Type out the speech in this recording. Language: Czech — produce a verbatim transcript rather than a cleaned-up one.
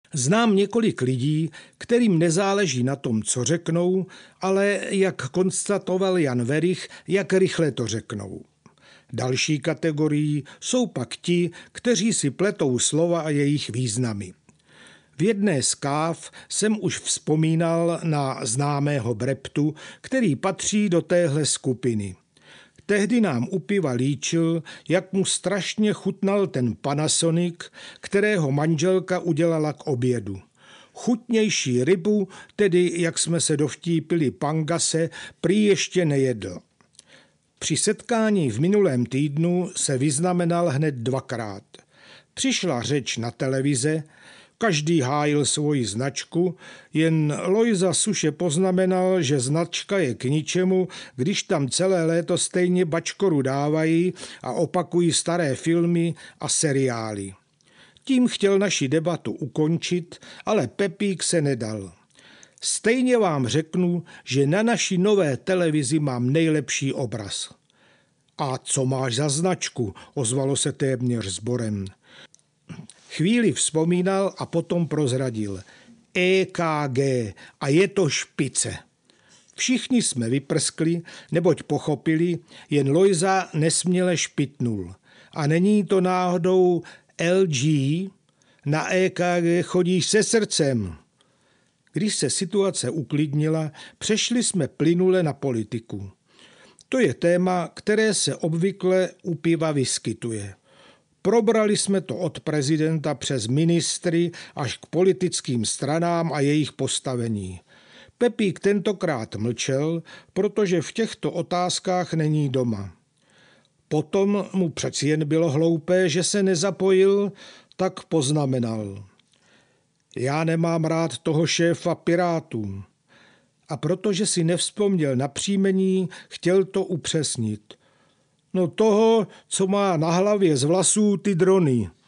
Znám několik lidí, kterým nezáleží na tom, co řeknou, ale, jak konstatoval Jan Werich, jak rychle to řeknou. Další kategorií jsou pak ti, kteří si pletou slova a jejich významy. V jedné z káv jsem už vzpomínal na známého Breptu, který patří do téhle skupiny. Tehdy nám u piva líčil, jak mu strašně chutnal ten Panasonic, kterého manželka udělala k obědu. Chutnější rybu, tedy jak jsme se dovtípili pangase, prý ještě nejedl. Při setkání v minulém týdnu se vyznamenal hned dvakrát. Přišla řeč na televize, každý hájil svoji značku, jen Lojza suše poznamenal, že značka je k ničemu, když tam celé léto stejně bačkoru dávají a opakují staré filmy a seriály. Tím chtěl naši debatu ukončit, ale Pepík se nedal. Stejně vám řeknu, že na naší nové televizi mám nejlepší obraz. A co máš za značku? Ozvalo se téměř sborem. Chvíli vzpomínal a potom prozradil. E K G a je to špice. Všichni jsme vyprskli, neboť pochopili, jen Lojza nesměle špitnul. A není to náhodou L G? Na E K G chodíš se srdcem. Když se situace uklidnila, přešli jsme plynule na politiku. To je téma, které se obvykle u piva vyskytuje. Probrali jsme to od prezidenta přes ministry až k politickým stranám a jejich postavení. Pepík tentokrát mlčel, protože v těchto otázkách není doma. Potom mu přeci jen bylo hloupé, že se nezapojil, tak poznamenal. Já nemám rád toho šéfa Pirátů. A protože si nevzpomněl na příjmení, chtěl to upřesnit. No toho, co má na hlavě z vlasů ty drony.